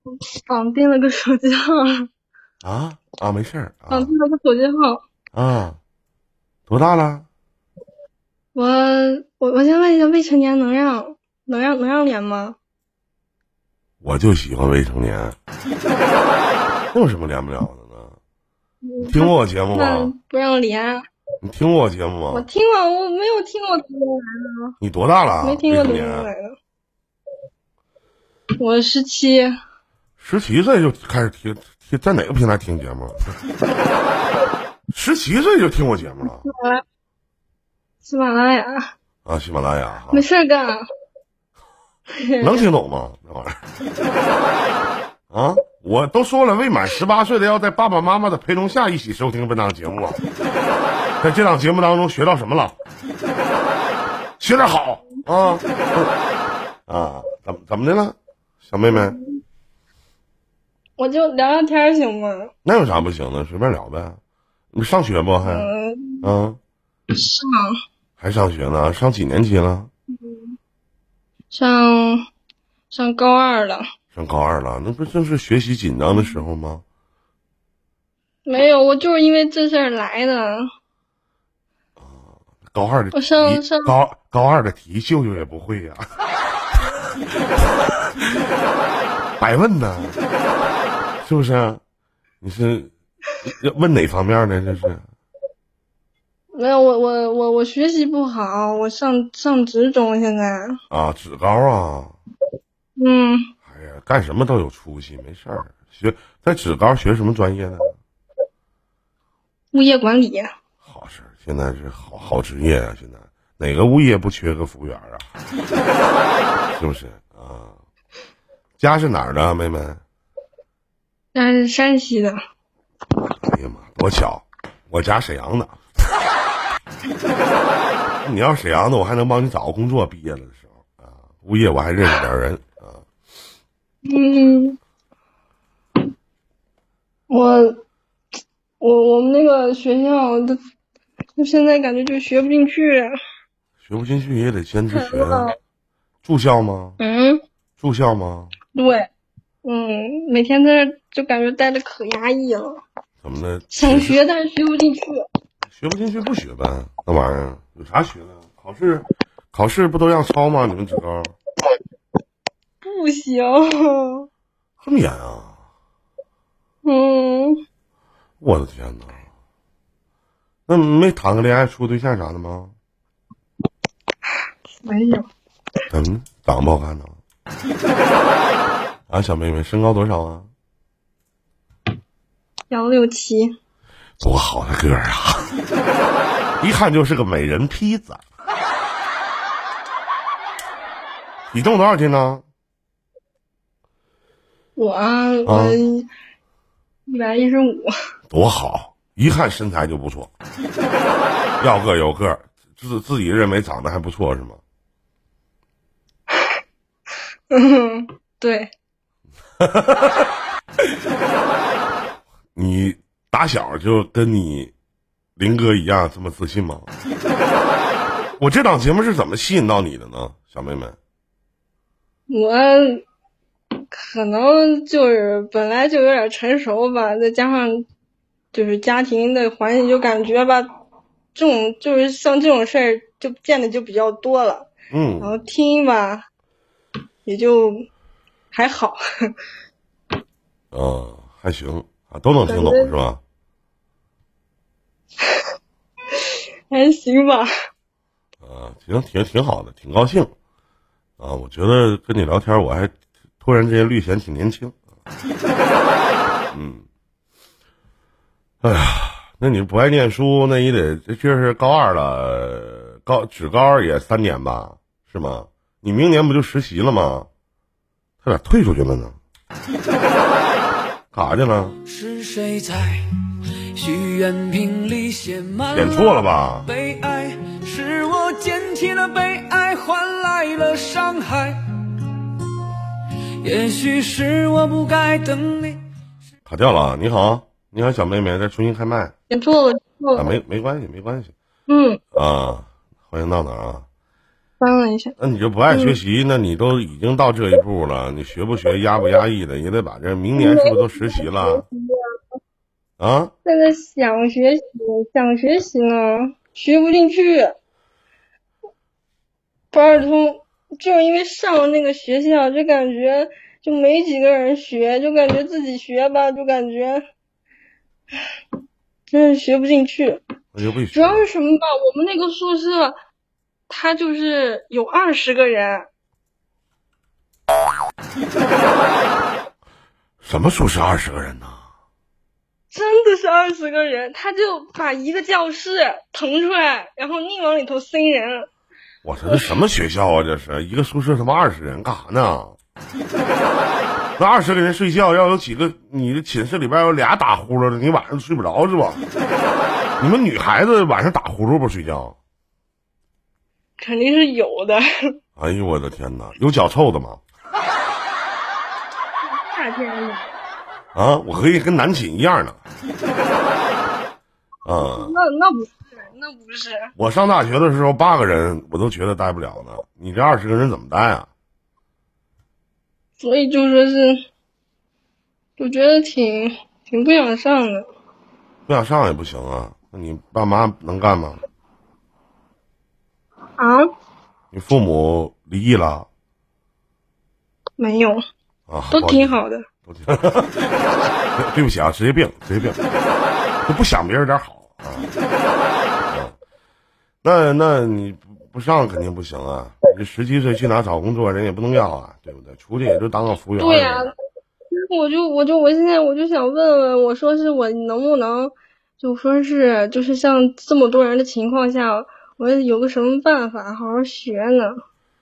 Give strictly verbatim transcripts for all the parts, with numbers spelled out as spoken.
绑定了个手机号。 啊啊，没事儿啊。 绑定了个手机号。 啊，多大了？ 我我我先问一下，未成年能让能让能让连吗？ 我就喜欢未成年，有什么连不了的呢？你听过我节目吗？ 不让连。 你听过我节目吗？ 我听了，我没有听过怎么来的。 你多大了？ 没听过怎么来的。我十七。 十七岁就开始听，在哪个平台听节目？十七岁就听我节目了？ 喜马拉雅。 啊，喜马拉雅。 没事干。 能听懂吗？这玩意儿啊！我都说了，未满十八岁的要在爸爸妈妈的陪同下一起收听本档节目。在这档节目当中学到什么了？学点好啊！啊，怎么怎么的了，小妹妹？ 我就聊聊天行吗？ 那有啥不行的？随便聊呗。你上学不还？嗯。啊、 上。 还上学呢？上几年级了？ 嗯、上上高二了。 上高二了，那不正是学习紧张的时候吗？ 没有，我就是因为这事儿来的。 啊，高二的题， 我上上高高二的题，舅舅也不会呀、啊，白问呢，是不是？你是要问哪方面呢？这是？ 没有，我我我我学习不好，我上上职中现在。 啊，职高啊。 嗯。 哎呀，干什么都有出息，没事儿。学在职高学什么专业呢？ 物业管理。 好事，现在是好好职业啊！现在哪个物业不缺个服务员啊？是不是啊？家是哪儿的，妹妹？ 家是山西的。 哎呀妈，多巧！我家沈阳的。你要沈阳的，我还能帮你找个工作。毕业了的时候啊，物业我还认识点人啊。 嗯，我我我们那个学校的，就现在感觉就学不进去。 学不进去也得坚持学啊。住校吗？ 嗯。 住校吗？ 对。嗯，每天在这就感觉待着可压抑了。 怎么的？ 想学但是学不进去。 学不进去不学呗，那玩意儿有啥学的？考试，考试不都让抄吗？你们职高？ 不行。 这么严啊？ 嗯。 我的天哪！那没谈个恋爱、处对象啥的吗？ 没有。 怎么长不好看呢？啊，小妹妹，身高多少啊？ 幺六七。 多好的个儿啊！一看就是个美人坯子。体重多少斤呢？ 我啊，我一百一十五。 多好，一看身材就不错。要个有个，自自己认为长得还不错是吗？ 嗯，对。 你打小就跟你林哥一样这么自信吗？我这档节目是怎么吸引到你的呢，小妹妹？ 我可能就是本来就有点成熟吧，再加上就是家庭的环境，就感觉吧，这种就是像这种事儿就见的就比较多了。 嗯。 然后听吧，也就还好。 嗯，还行啊，都能听懂是吧？ 还行吧。 啊，行，挺挺好的，挺高兴啊！我觉得跟你聊天，我还突然之间略显挺年轻。嗯，哎呀，那你不爱念书，那你得这这是高二了，高职高二也三年吧，是吗？你明年不就实习了吗？他咋退出去了呢？干啥去了？ 是谁在许愿瓶里写满点错了吧？ 被爱是我捡起了被爱换来了伤害，也许是我不该等你。 卡掉了。你好，你好，小妹妹，再重新开麦。 点错了，错了。 啊，没没关系，没关系。 嗯。 啊，欢迎到哪啊？ 翻了一下。 那你就不爱学习，嗯、那你都已经到这一步了，你学不学压不压抑的，也得把这明年是不是都实习了？啊？ 现在想学习，想学习呢，学不进去。八二通就是因为上了那个学校，就感觉就没几个人学，就感觉自己学吧，就感觉真是学不进去。主要是什么吧？我们那个宿舍，它就是有二十个人。 什么宿舍二十个人呢？ 真的是二十个人，他就把一个教室腾出来，然后硬往里头塞人。 我说这什么学校啊？这是一个宿舍他妈二十人干啥呢？那二十个人睡觉要有几个？你的寝室里边有俩打呼噜的，你晚上睡不着是吧？你们女孩子晚上打呼噜不睡觉？ 肯定是有的。 哎呦我的天哪，有脚臭的吗？ 夏天的。 啊，我可以跟男寝一样的。啊， 那那不是，那不是。 我上大学的时候八个人我都觉得待不了呢，你这二十个人怎么待啊？ 所以就说是，我觉得挺挺不想上的。 不想上也不行啊，那你爸妈能干吗？ 啊？ 你父母离异了？ 没有。 啊， 都挺好的。 都挺对不起啊，职业病，职业病，就不想别人点好啊。啊那那你不上肯定不行啊！你十七岁去哪找工作，人也不能要啊，对不对？出去也就当个服务员。 对呀、啊，我就我就我现在我就想问问，我说是我能不能，就说是就是像这么多人的情况下，我有个什么办法好好学呢？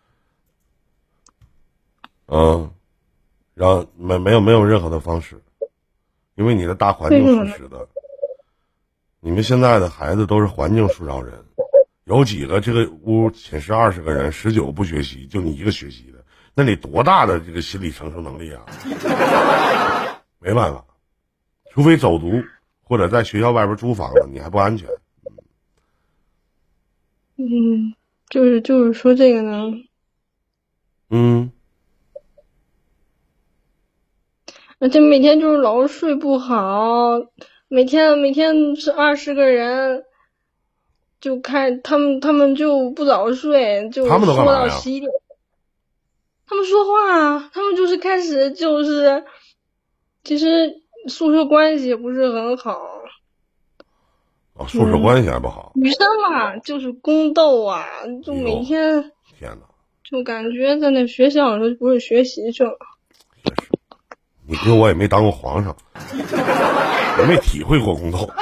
嗯，然后没没有没有任何的方式，因为你的大环境促使的。你们现在的孩子都是环境塑造人。有几个这个屋寝室二十个人，十九不学习，就你一个学习的，那你多大的这个心理承受能力啊？没办法，除非走读或者在学校外边租房子，你还不安全。 嗯，就是就是说这个呢。 嗯。 而且每天就是老睡不好，每天每天是二十个人。就看他们，他们就不早睡，就说到十一点。他们说话啊，他们就是开始就是，其实宿舍关系也不是很好。 哦，宿舍关系还不好。 嗯、女生嘛，就是宫斗啊，就每天。 天哪！ 就感觉在那学校的时候不是学习去了。 也是，你跟我也没当过皇上，也没体会过宫斗。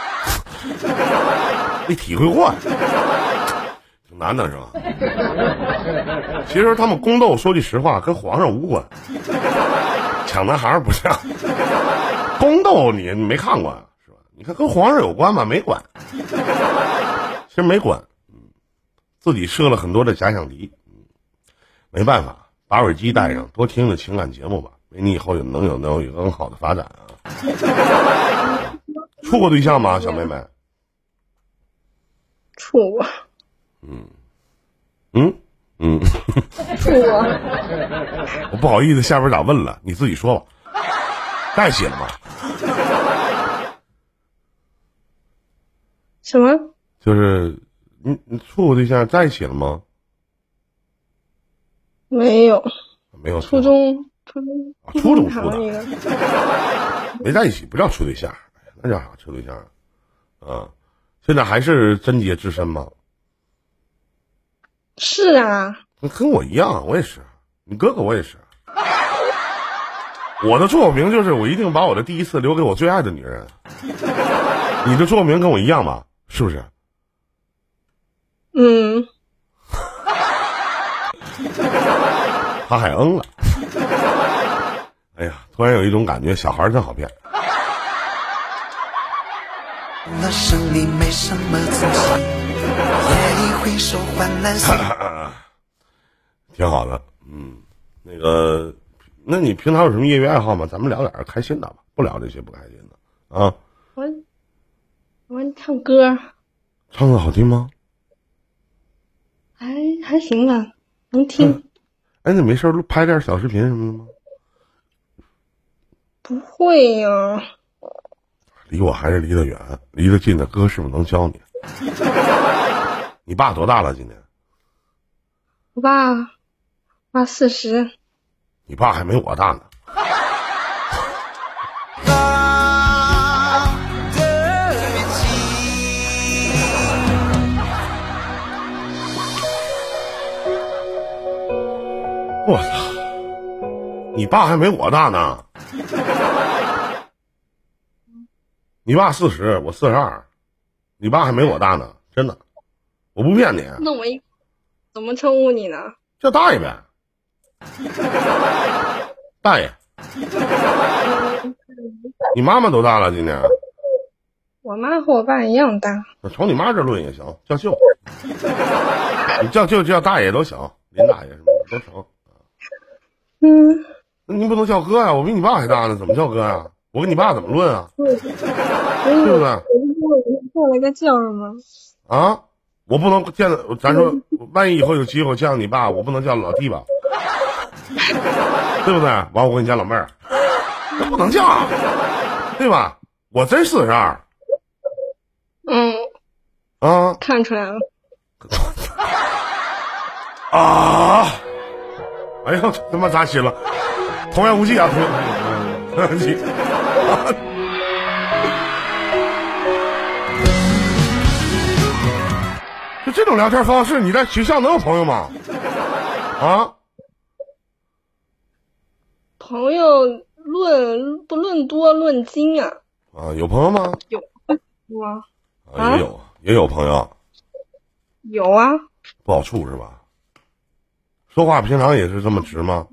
没体会过，挺难的是吧？其实他们宫斗，说句实话，跟皇上无关，抢男孩不像。宫斗你没看过是吧？你看跟皇上有关吗？没关，其实没关。嗯，自己设了很多的假想敌，嗯，没办法，把耳机戴上，多听听情感节目吧，你以后有能有能有一个很好的发展啊。处过对象吗，小妹妹？ 处过。 嗯嗯嗯。 处过。 我不好意思，下边咋问了？你自己说吧。在一起了吗？ 什么？ 就是你你处过对象，在一起了吗？ 没有。 没有。 初中初中、 啊、初中处的。 没在一起不叫处对象，那叫啥处对象啊？现在还是贞洁之身吗？ 是啊。 跟我一样，我也是。你哥哥我也是。我的座右铭就是我一定把我的第一次留给我最爱的女人。你的座右铭跟我一样吧？是不是？ 嗯。 他还嗯了。哎呀，突然有一种感觉，小孩真好骗。 那生里没什么自信，夜里回首换难行。 挺好的，嗯，那个，那你平常有什么业余爱好吗？咱们聊点开心的吧，不聊这些不开心的啊。 我我唱歌。 唱的好听吗？ 还还行吧，能听。 嗯、哎，那没事拍点小视频什么的吗？ 不会呀、啊。 离我还是离得远，离得近的哥是不是能教你？你爸多大了？今年？ 我爸，爸四十。 你爸还没我大呢。我操！你爸还没我大呢。你爸四十，我四十二，你爸还没我大呢，真的，我不骗你。 那我怎么称呼你呢？ 叫大爷呗。大爷。你妈妈多大了？今年？ 我妈和我爸一样大。 从你妈这论也行，叫舅。你叫舅叫大爷都行，林大爷什么的都成。 嗯。 那你不能叫哥呀、啊，我比你爸还大呢，怎么叫哥呀、啊？我跟你爸怎么论啊？对不对？ 我就做了个叫吗？ 啊，我不能见，咱说，万一以后有机会见到你爸，我不能叫老弟吧？对不对？完，我跟你叫老妹儿，那不能叫，对吧？我真四十二。 嗯。 啊， 看出来了。 啊！哎呦，他妈扎心了！童言无忌啊，童言无忌。就这种聊天方式，你在学校能有朋友吗？啊？ 朋友论不论多论精啊。 啊，有朋友吗？ 有吗？ 啊，也有，也有朋友。 有啊。 不好处是吧？说话平常也是这么直吗？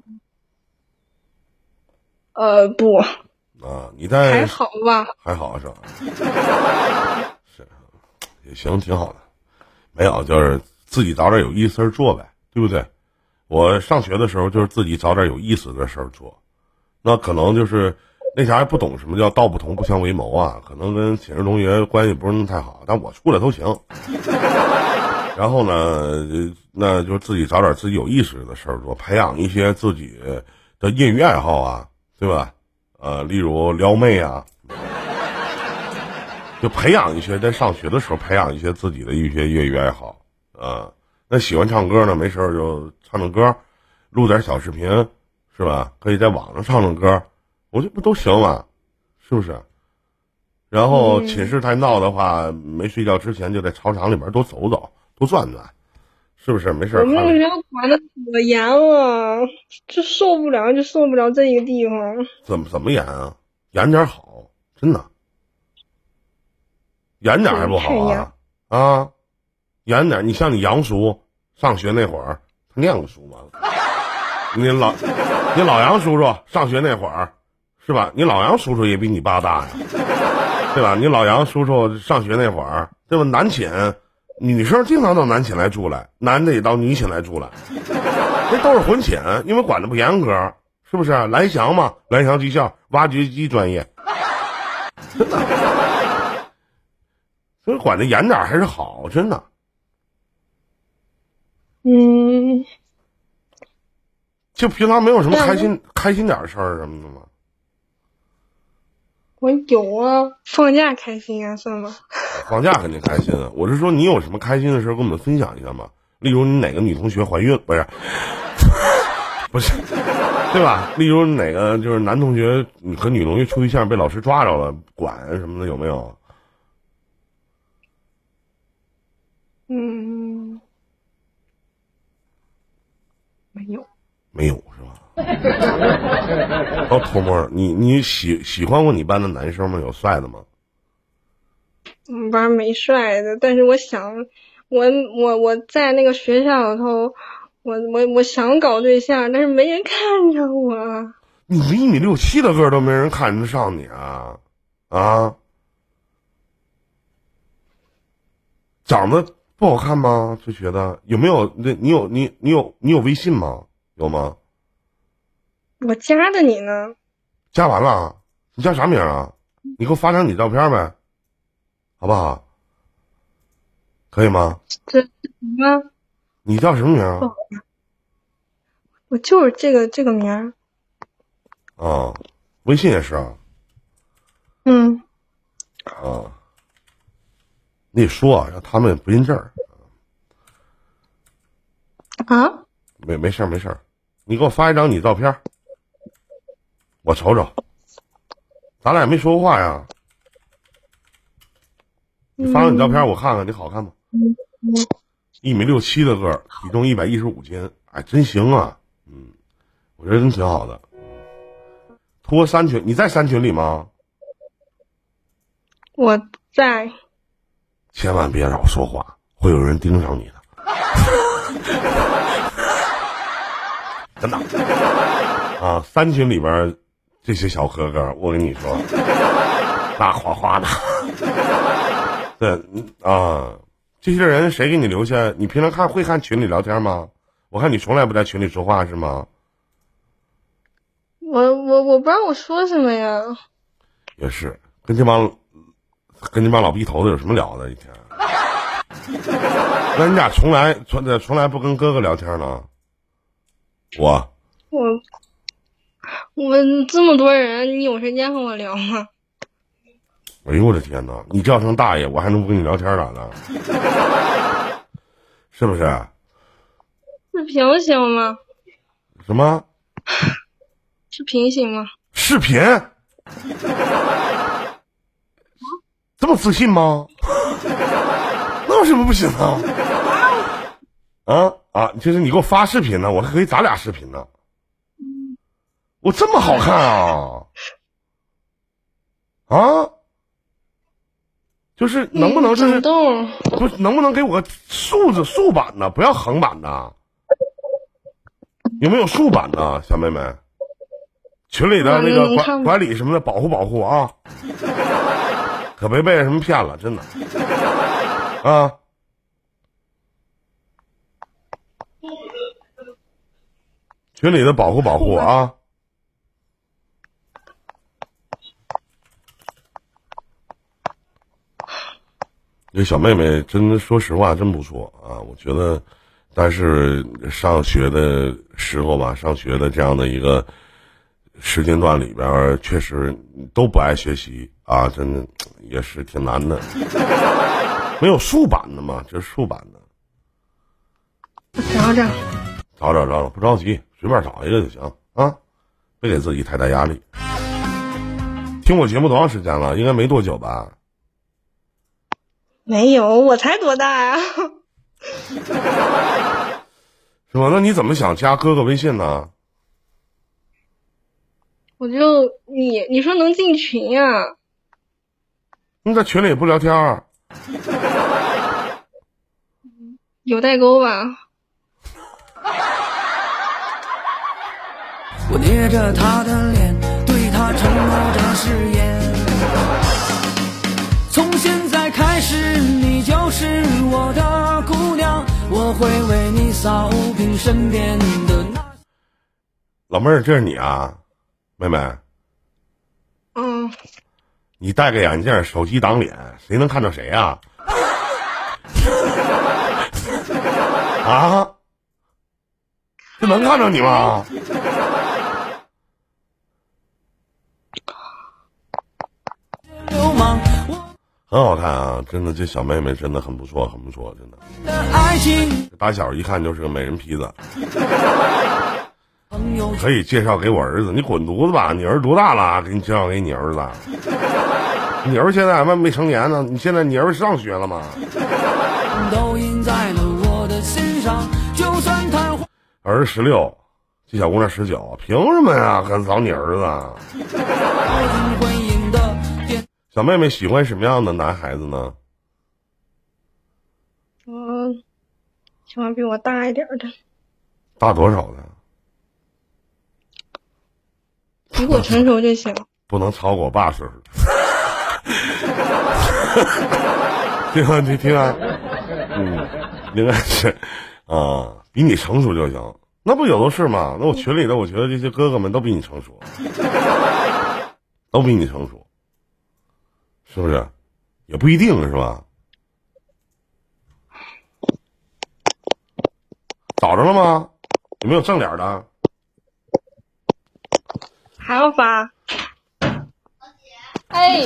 呃，不。 啊，你在还好吧？ 还好是吧？是，也行，挺好的。没有，就是自己找点有意思的做呗，对不对？我上学的时候就是自己找点有意思的事儿做，那可能就是那啥还不懂什么叫道不同不相为谋啊，可能跟寝室同学关系不是那么太好，但我处的都行。然后呢，那就自己找点自己有意思的事儿做，培养一些自己的业余爱好啊，对吧？呃，例如撩妹啊，就培养一些在上学的时候培养一些自己的一些业余爱好啊。那喜欢唱歌呢，没事就唱唱歌，录点小视频，是吧？可以在网上唱唱歌，我这不都行吗？是不是？然后寝室太闹的话，没睡觉之前就在操场里边多走走，多转转，是不是？没事。 我们学校管的可严了，就受不了，就受不了这一个地方。 怎么怎么严啊？严点好，真的。严点还不好啊？啊，严点。你像你杨叔上学那会儿，他念过书吗？你老你老杨叔叔上学那会儿，是吧？你老杨叔叔也比你爸大呀，对吧？你老杨叔叔上学那会儿，对吧？男寝女生经常到男寝来住来，男的也到女寝来住来，那都是混寝，因为管的不严格，是不是？蓝翔嘛，蓝翔技校挖掘机专业，真的。所以管的严点还是好，真的。 嗯， 就平常没有什么开心开心点事儿什么的吗？ 我有啊，放假开心啊，算吧。 放假肯定开心啊！我是说，你有什么开心的事跟我们分享一下吗？例如，你哪个女同学怀孕，不是，不是，对吧？例如哪个就是男同学和女同学处对象被老师抓着了，管什么的有没有？ 嗯，没有， 没有是吧？哦，偷摸，你你喜喜欢过你班的男生吗？有帅的吗？ 我们班没帅的，但是我想，我我我在那个学校里头，我我我想搞对象，但是没人看上我。 你一米六七的个儿都没人看得上你啊啊！长得不好看吗？就觉得有没有？那你有你你有你有微信吗？有吗？ 我加的你呢？ 加完了，你叫啥名啊？你给我发张你照片呗，好不好？可以吗？ 这什么？ 你叫什么名啊？ 我就是这个这个名儿。 啊，微信也是啊。 嗯。 啊，你得说啊，让他们不认字儿。 啊？ 没没事儿没事儿，你给我发一张你照片，我瞅瞅。咱俩也没说过话呀。你发张你照片我看看，你好看吗？ 嗯嗯。 一米六七的个儿，体重一百一十五斤，哎，真行啊。嗯，我觉得真挺好的。脱三群，你在三群里吗？ 我在。 千万别老说话，会有人盯上你的。真的啊，三群里边这些小哥哥，我跟你说，那哗哗的。对啊，这些人谁给你留下？你平常看会看群里聊天吗？我看你从来不在群里说话是吗？ 我我我不知道我说什么呀。 也是，跟这帮跟这帮老逼头子有什么聊的？一天。那你俩从来从从来不跟哥哥聊天呢？我我我这么多人，你有时间和我聊吗？ 哎呦我的天哪！你叫声大爷，我还能不跟你聊天咋的？是不是？ 视频行吗？ 什么？ 视频行吗？ 视频？这么自信吗？那有什么不行啊？啊啊！就是你给我发视频呢，我还可以咱俩视频呢。我这么好看啊？啊？就是能不能就是不是能不能给我个竖着竖版的，不要横版的？有没有竖版的，小妹妹？群里的那个管管理什么的，保护保护啊！可别被什么骗了，真的啊！群里的保护保护啊！这小妹妹真说实话真不错啊，我觉得，但是上学的时候吧，上学的这样的一个时间段里边，确实都不爱学习啊，真的也是挺难的。没有竖版的嘛，这是竖版的。 找找， 找找找找，不着急，随便找一个就行啊，别给自己太大压力。听我节目多长时间了？应该没多久吧？ 没有，我才多大呀、啊？ 是吧？那你怎么想加哥哥微信呢？ 我就你你说能进群呀、啊？ 你在群里也不聊天儿？ 有代沟吧？ 我捏着他的脸，对他承诺着誓言。从现在开始，你就是我的姑娘，我会为你扫平身边的那。 老妹儿，这是你啊，妹妹。 嗯。 你戴个眼镜，手机挡脸，谁能看到谁啊？啊？这能看到你吗？ 流氓。 很好看啊，真的，这小妹妹真的很不错，很不错，真的。打小一看就是个美人坯子，可以介绍给我儿子。你滚犊子吧！你儿子多大了？给你介绍给你儿子。你儿子现在还没成年呢，你现在你儿子上学了吗？都印在了我的心上，就算他儿子十六，这小姑娘十九，凭什么呀？还找你儿子？小妹妹喜欢什么样的男孩子呢？ 我喜欢比我大一点的。大多少的？ 比我成熟就行。 不能超过我爸岁数。听啊，你听啊，嗯，应该是啊，比你成熟就行。那不有的是吗？那我群里的，我觉得这些哥哥们都比你成熟，都比你成熟。是不是？也不一定是吧？ 找着了吗？有没有正脸的？ 还要发？哎，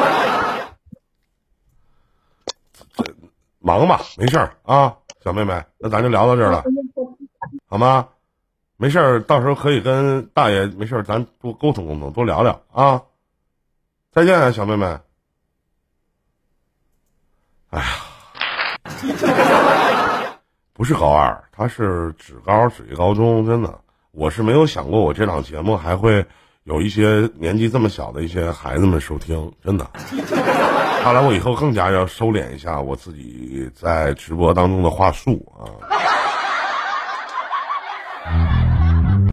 忙吧，没事儿啊，小妹妹，那咱就聊到这儿了，好吗？没事儿，到时候可以跟大爷没事儿，咱多沟通沟通，多聊聊啊。再见啊，小妹妹。哎呀，不是高二，他是职高职业高中，真的，我是没有想过我这档节目还会有一些年纪这么小的一些孩子们收听，真的。看来我以后更加要收敛一下我自己在直播当中的话术啊。